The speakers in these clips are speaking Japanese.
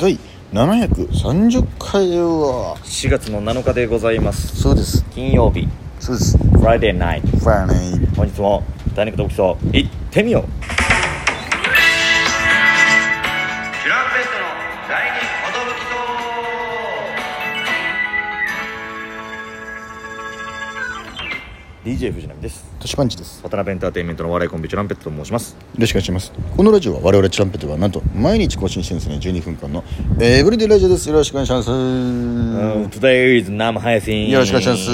第730回は 4月の7日でございます。 そうです。 金曜日、 そうです。 Friday night。 ファーネイ。 本日も第2トークショー行ってみよう。チュランペットの第2DJ 藤波です。 トシパンチです。 渡辺エンターテインメントのお笑いコンビチュランペットと申します。 よろしくお願いします。このラジオは我々チュランペットがなんと毎日更新してるんですね。12分間のエブリデイラジオです。よろしくお願いします。 Today is 生配信。 よろしくお願いします。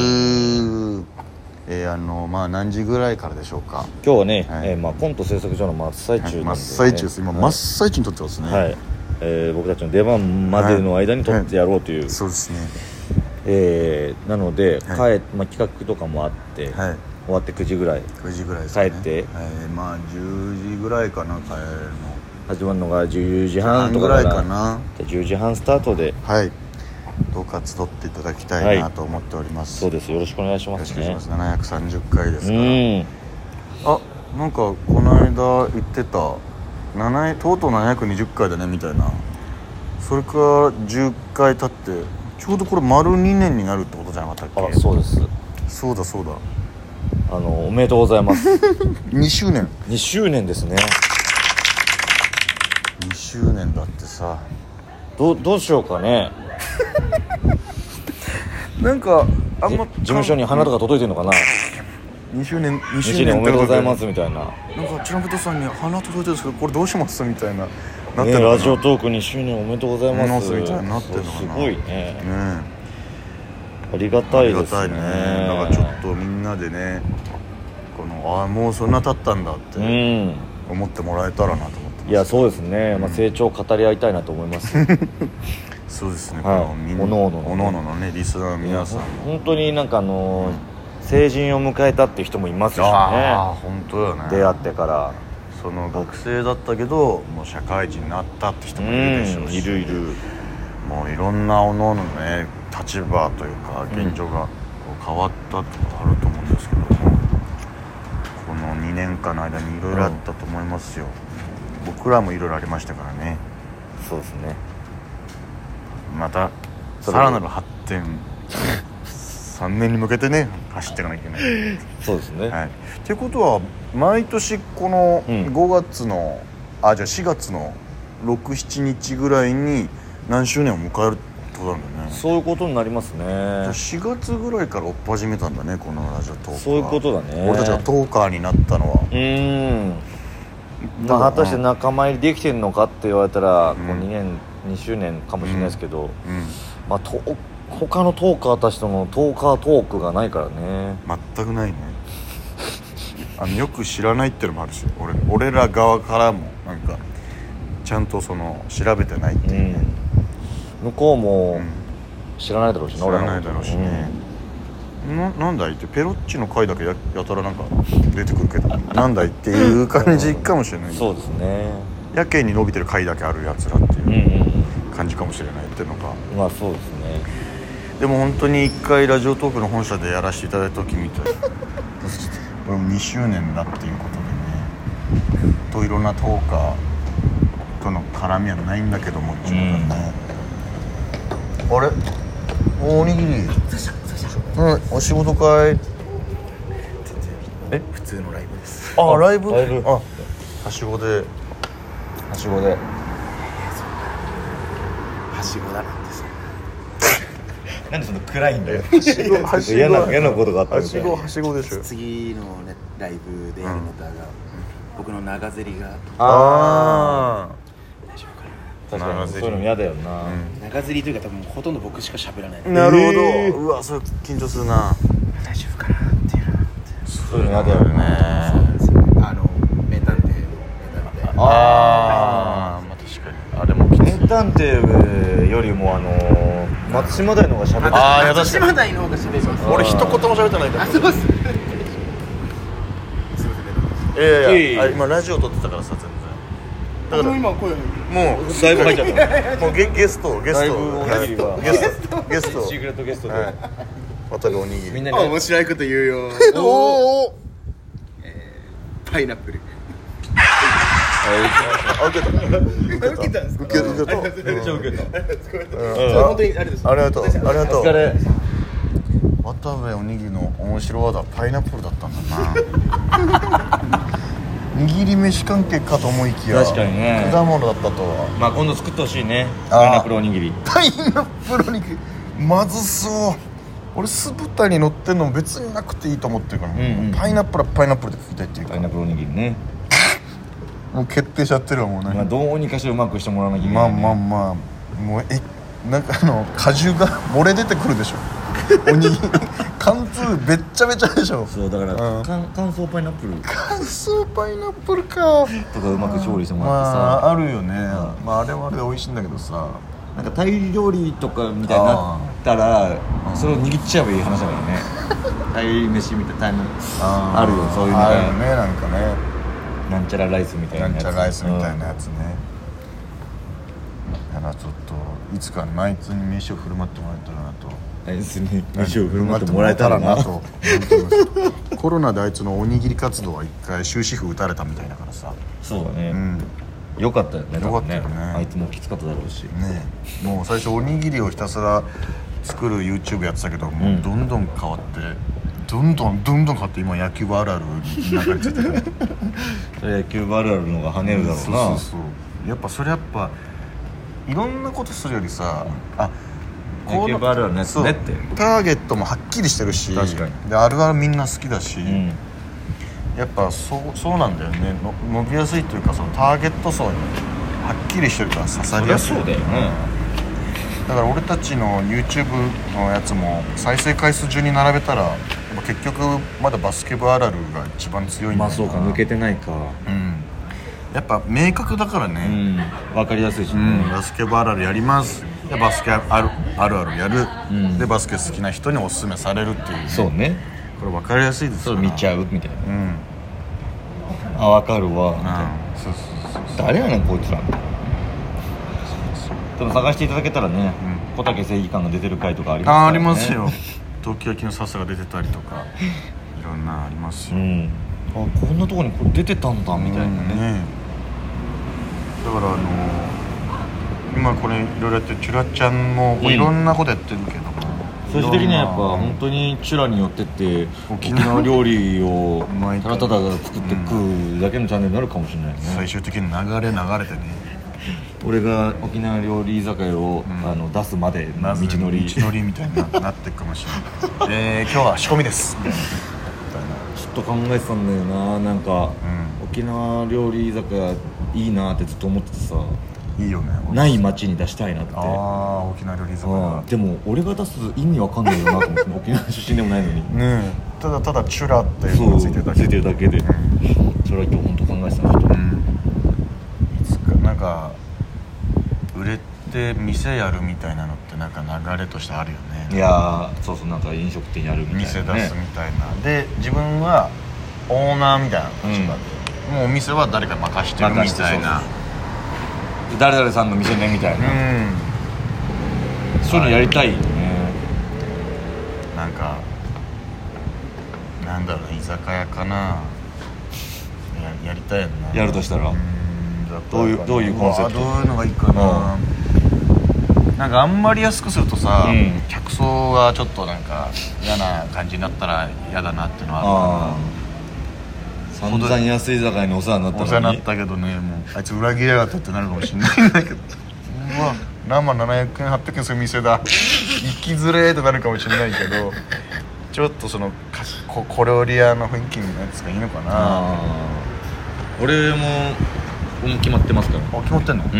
何時ぐらいからでしょうか。 今日はね、 はいコント制作所の真っ最中なんで、ね、 真っ最中です。今、真っ最中に撮ってますね。 はい。僕たちの出番までの間に撮ってやろうという、 そうですね。 なので、 はい、 企画とかもあって、 はい、 終わって9時ぐらい 9時ぐらいですかね。 帰って、 10時ぐらいかな、帰るの始まるのが10時半とかぐらいかな。 10時半スタートで、 はい、どうか集っていただきたいなと思っております。 そうです。よろしくお願いしますね。 よろしくお願いします。730回ですから。なんかこの間言ってたとうとう720回だねみたいな、それから10回経ってちょうどこれ丸2年になるってことじゃなかったっけ。 そうです。 そうだおめでとうございます 2周年 2周年ですね。 2周年だってさ、 どうしようかねなんかあんま事務所に花とか届いてるのかな。 2周年おめでとうございますみたいな。 なんかチュランペットさんに花届いてるんですけど、これどうしますみたいななってるのかな、 ラジオトーク2周年おめでとうございますみたいになってるのかな。 すごいね。ありがたいですね。 だからちょっとみんなでね、もうそんな経ったんだって思ってもらえたらなと思ってます。 いや、そうですね、成長を語り合いたいなと思いますそうですね、 はい、おのおののね、リスナーの皆さん本当になんか成人を迎えたっていう人もいますしね。 本当よね。 出会ってからその学生だったけどもう社会人になったって人もいるでしょうし、 いるもういろんなおのおのね立場というか現状が変わったってことあると思うんですけども、この2年間の間にいろいろあったと思いますよ。僕らもいろいろありましたからね。 そうですね。 またさらなる発展3年に向けてね走っていかなきゃいけない。 そうですね。 はい。っていうことは毎年この5月の、じゃあ4月の6、7日ぐらいに何周年を迎えるってことなんだよね。 そういうことになりますね。じゃあ 4月ぐらいから追っ始めたんだね、このラジオトーク。 そういうことだね。 俺たちがトーカーになったのは。 果たして仲間入りできてるのかって言われたら、こう2周年かもしれないですけど、他のトーカーたちとのトーカートークがないからね。 全くないね。よく知らないっていうのもあるし、俺ら側からもなんかちゃんと調べてないっていうね。 向こうも知らないだろうしね。 知らないだろうしね。なんだいってペロッチの回だけやたらなんか出てくるけどなんだいっていう感じかもしれない。 そうですね。 やけに伸びてる回だけあるやつらっていう感じかもしれないっていうのが、 そうですね。 でも本当に1回ラジオトークの本社でやらせていただいた時みたいこれも2周年だっていうことでね、といろんなトーカーとの絡みはないんだけども、一応ね、あれおにぎりお仕事会普通のライブです。 ライブはしごではしごだなんですよ。 なんでそんな暗いんだよ。 はしご嫌なことがあったみたいな。 はしごでしょ。 次のねライブでやるネタが、僕の長ゼリが確かにそういうの嫌だよな。 長ゼリというか多分ほとんど僕しか喋らない。 なるほど。うわ、それ緊張するな。 大丈夫かなっていうの。 そういうの嫌だよね。 名探偵の確かにあれもきつい。 名探偵よりも松島大の方が喋ってる。 松島大の方が喋ります。 俺一言も喋ってないから。 そうです。 いや今ラジオ撮ってたからさ、全然。だから今声もうだいぶ入っちゃった。 もうゲストだいぶおにぎりはゲストシークレットゲストで渡るおにぎり。 みんなに面白いこと言うよ。 おパイナップル。 は受けた受けたんですか？ 受けためっちゃ受けた。 本当にあれです。 ありがとうありがとう。 お疲れ。 渡部おにぎりの面白ワードはパイナップルだったんだな握り飯関係かと思いきや確かにね果物だったとは。 まあ今度作ってほしいね。 あーパイナップルおにぎり。 パイナップルおにぎりまずそう。俺酢豚に乗ってんのも別になくていいと思ってるから、パイナップルはパイナップルで食いたいっていうかパイナップルおにぎりね。 もう決定しちゃってるわもうね、 まあどうにかしてうまくしてもらわなきゃいけまあないね。 まあまあもうなんか果汁が漏れ出てくるでしょおにぎり貫通べっちゃべちゃでしょ。 そうだからうん乾燥パイナップル乾燥パイナップルかとかうまく調理してもまらってさ。 ああるよね、まああれはあれで美味しいんだけどさ。 なんかタイ料理とかみたいになったらそれを握っちゃえばいい話だからね。タイ飯みたいなタイのあるよそういうのあるよがねなんかねなんちゃらライスみたいななんやつ。 ちゃらライスみたいなやつね、だからちょっといつかあいつに飯を振る舞ってもらえたらなと。 ライスに飯を振る舞ってもらえたらなと。 コロナであいつのおにぎり活動は一回終止符打たれたみたいだからさ。 そうだね、 うんよかったよね。 よかったよね多分あいつもきつかっただろうし。 ねえもう最初おにぎりをひたすら作る YouTube やってたけど、もうどんどん変わってどんどん変わって今野球部あるあるに中についてるそれ野球部あるあるのが跳ねるだろうな。 そうやっぱそれやっぱいろんなことするよりさ、 野球部あるあるのやつねってそうターゲットもはっきりしてるし、 確かにであるあるみんな好きだし、 うんやっぱそうなんだよね。伸びやすいというかそのターゲット層にはっきりしてるから刺さりやすい。 そうだよね。 だから俺たちの YouTube のやつも再生回数順に並べたら結局まだバスケ部あるあるが一番強いんだよな。 まあそうか抜けてないか。 うんやっぱ明確だからうね、 ん分かりやすいしうね。 んバスケ部あるあるやりますでバスケあるあるやる、 うんでバスケ好きな人におすすめされるっていう、ね、 そうね。 これ分かりやすいですからそれ見ちゃうみたいな。 うんあ分かるわみたいな。 そうそう誰やねんこいつら。でも探していただけたらね、小竹正義感が出てる回とかありますからね。 ありますよ東京焼きのさすが出てたりとかいろんなありますよ、 うんあこんなとこにこれ出てたんだみたいなね。 だから今これいろいろやってるチュラちゃんもいろんなことやってるけども、 最終的にはやっぱいろんな本当にチュラによってって沖沖縄縄料理をまいただただ作って食うだけのチャンネルになるかもしれないね。 最終的に流れてね俺が沖縄料理居酒屋を、出すまでの道のり道のりみたいになっていくかもしれない今日は仕込みですみたいなちょっと考えてたんだよな。なんか、沖縄料理居酒屋いいなってずっと思っててさ、 いいよねない町に出したいなって。 ああ沖縄料理居酒屋でも俺が出す意味わかんないよなと思って沖縄出身でもないのにねえただただチュラっていうのそうがついてるだけついてるだけで、それは今日本当考えてたんですよ。 いつかなんか売れて店やるみたいなのってなんか流れとしてあるよね。 いやーそうなんか飲食店やるみたいな、ね、 店出すみたいなで自分はオーナーみたいな立場で、もうお店は誰か任してるみたいな誰々さんの店ねみたいな、そういうのやりたいよね。 なんかなんだろうね居酒屋かなやりたいよな。 やるとしたらどういうコンセプトどういうのがいいかな、なんかあんまり安くするとさ、客層がちょっとなんか嫌な感じになったら嫌だなっていうのはあるから散々安い居酒屋にお世話になったのにお世話になったけどねもうあいつ裏切りやがったってなるかもしれないんだけどうわ生700円800円する店だ行きづれーってなるかもしれないけどちょっとその小料理屋の雰囲気のやつがいいのかな。 俺も決まってますから。 決まってんの？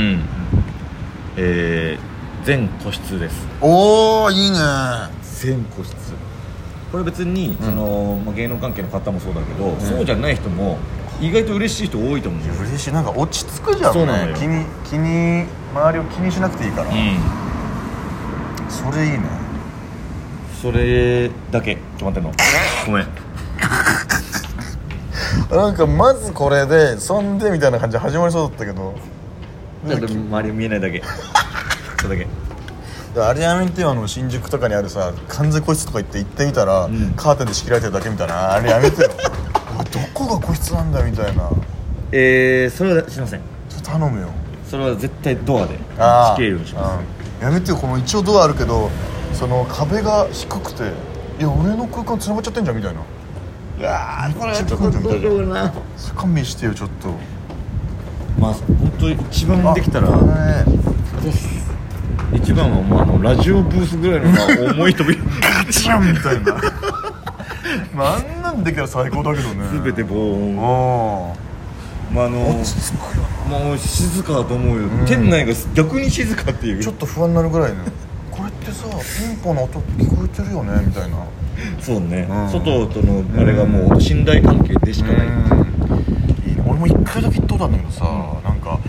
全個室です。 おーいいね。 全個室これ別に、芸能関係の方もそうだけど、そうじゃない人も意外と嬉しい人多いと思うんですよ。 嬉しいなんか落ち着くじゃん。 そうなのよ。 周りを気にしなくていいから、それいいね。 それだけ決まってんのごめんなんかまずこれでそんでみたいな感じで始まりそうだったけどちょっと周り見えないだけそれだけあれやめてよ新宿とかにあるさ完全個室とか行ってみたら、カーテンで仕切られてるだけみたいなあれやめてよどこが個室なんだよみたいなそれはしません。 ちょっと頼むよ。 それは絶対ドアであースケールにします。 やめてよ。この一応ドアあるけどその壁が低くて、いや俺の空間繋がっちゃってんじゃんみたいな。 いやーこれはちょっとめっちゃどうしようかな。 それ勘弁してよちょっと。 まあ本当一番できたらあね一番はもうラジオブースぐらいの重い飛びガチャンみたいなまああんなんできたら最高だけどね。 全て防音。 あまあ落ち着くよな。 もう静かだと思うよ、店内が逆に静かっていう。 ちょっと不安になるぐらいね。これってさピンポンの音聞こえてるよねみたいな。 そうね、 うん外とのあれがもう信頼関係でしかない。 いいね。俺も一回だけ行ったことあるんだけどさ、なんかもう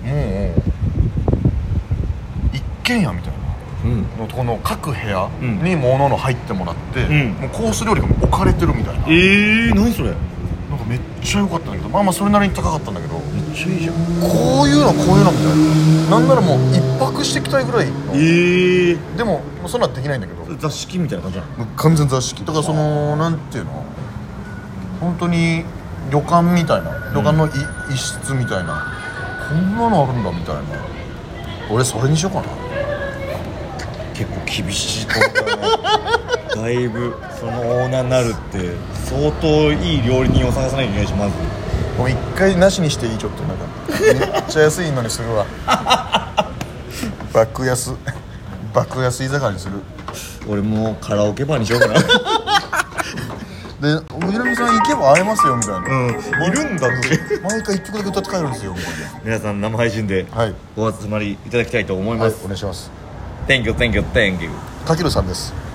一軒家みたいなのとこの各部屋に物の入ってもらって、もうコース料理が置かれてるみたいな。 何それ。 なんかめっちゃ良かったんだけど、まあまあそれなりに高かったんだけど、 めっちゃいいじゃん。 こういうのみたいな。なんならもう一泊してきたいぐらいの。でもそんなできないんだけど、 座敷みたいな感じなの。 もう完全座敷だから、そのなんていうの、本当に旅館みたいな、旅館の一室みたいな、こんなのあるんだみたいな。俺それにしようかな。 結構厳しいと思うよねだいぶそのオーナーになるって相当いい料理人を探さないといけないし、まずもう一回なしにしていい。ちょっとなんかめっちゃ安いのにするわ爆安居酒屋にする。 俺もうカラオケバーにしようかなでおひろみさん行けば会えますよみたいな。 いるんだって毎回一曲だけ歌って帰るんですよみたい皆さん生配信でな。はい、 お集まりいただきたいと思いはい、 ます、 お願いします。 Thank you, thank you, thank you。 たけるさんです。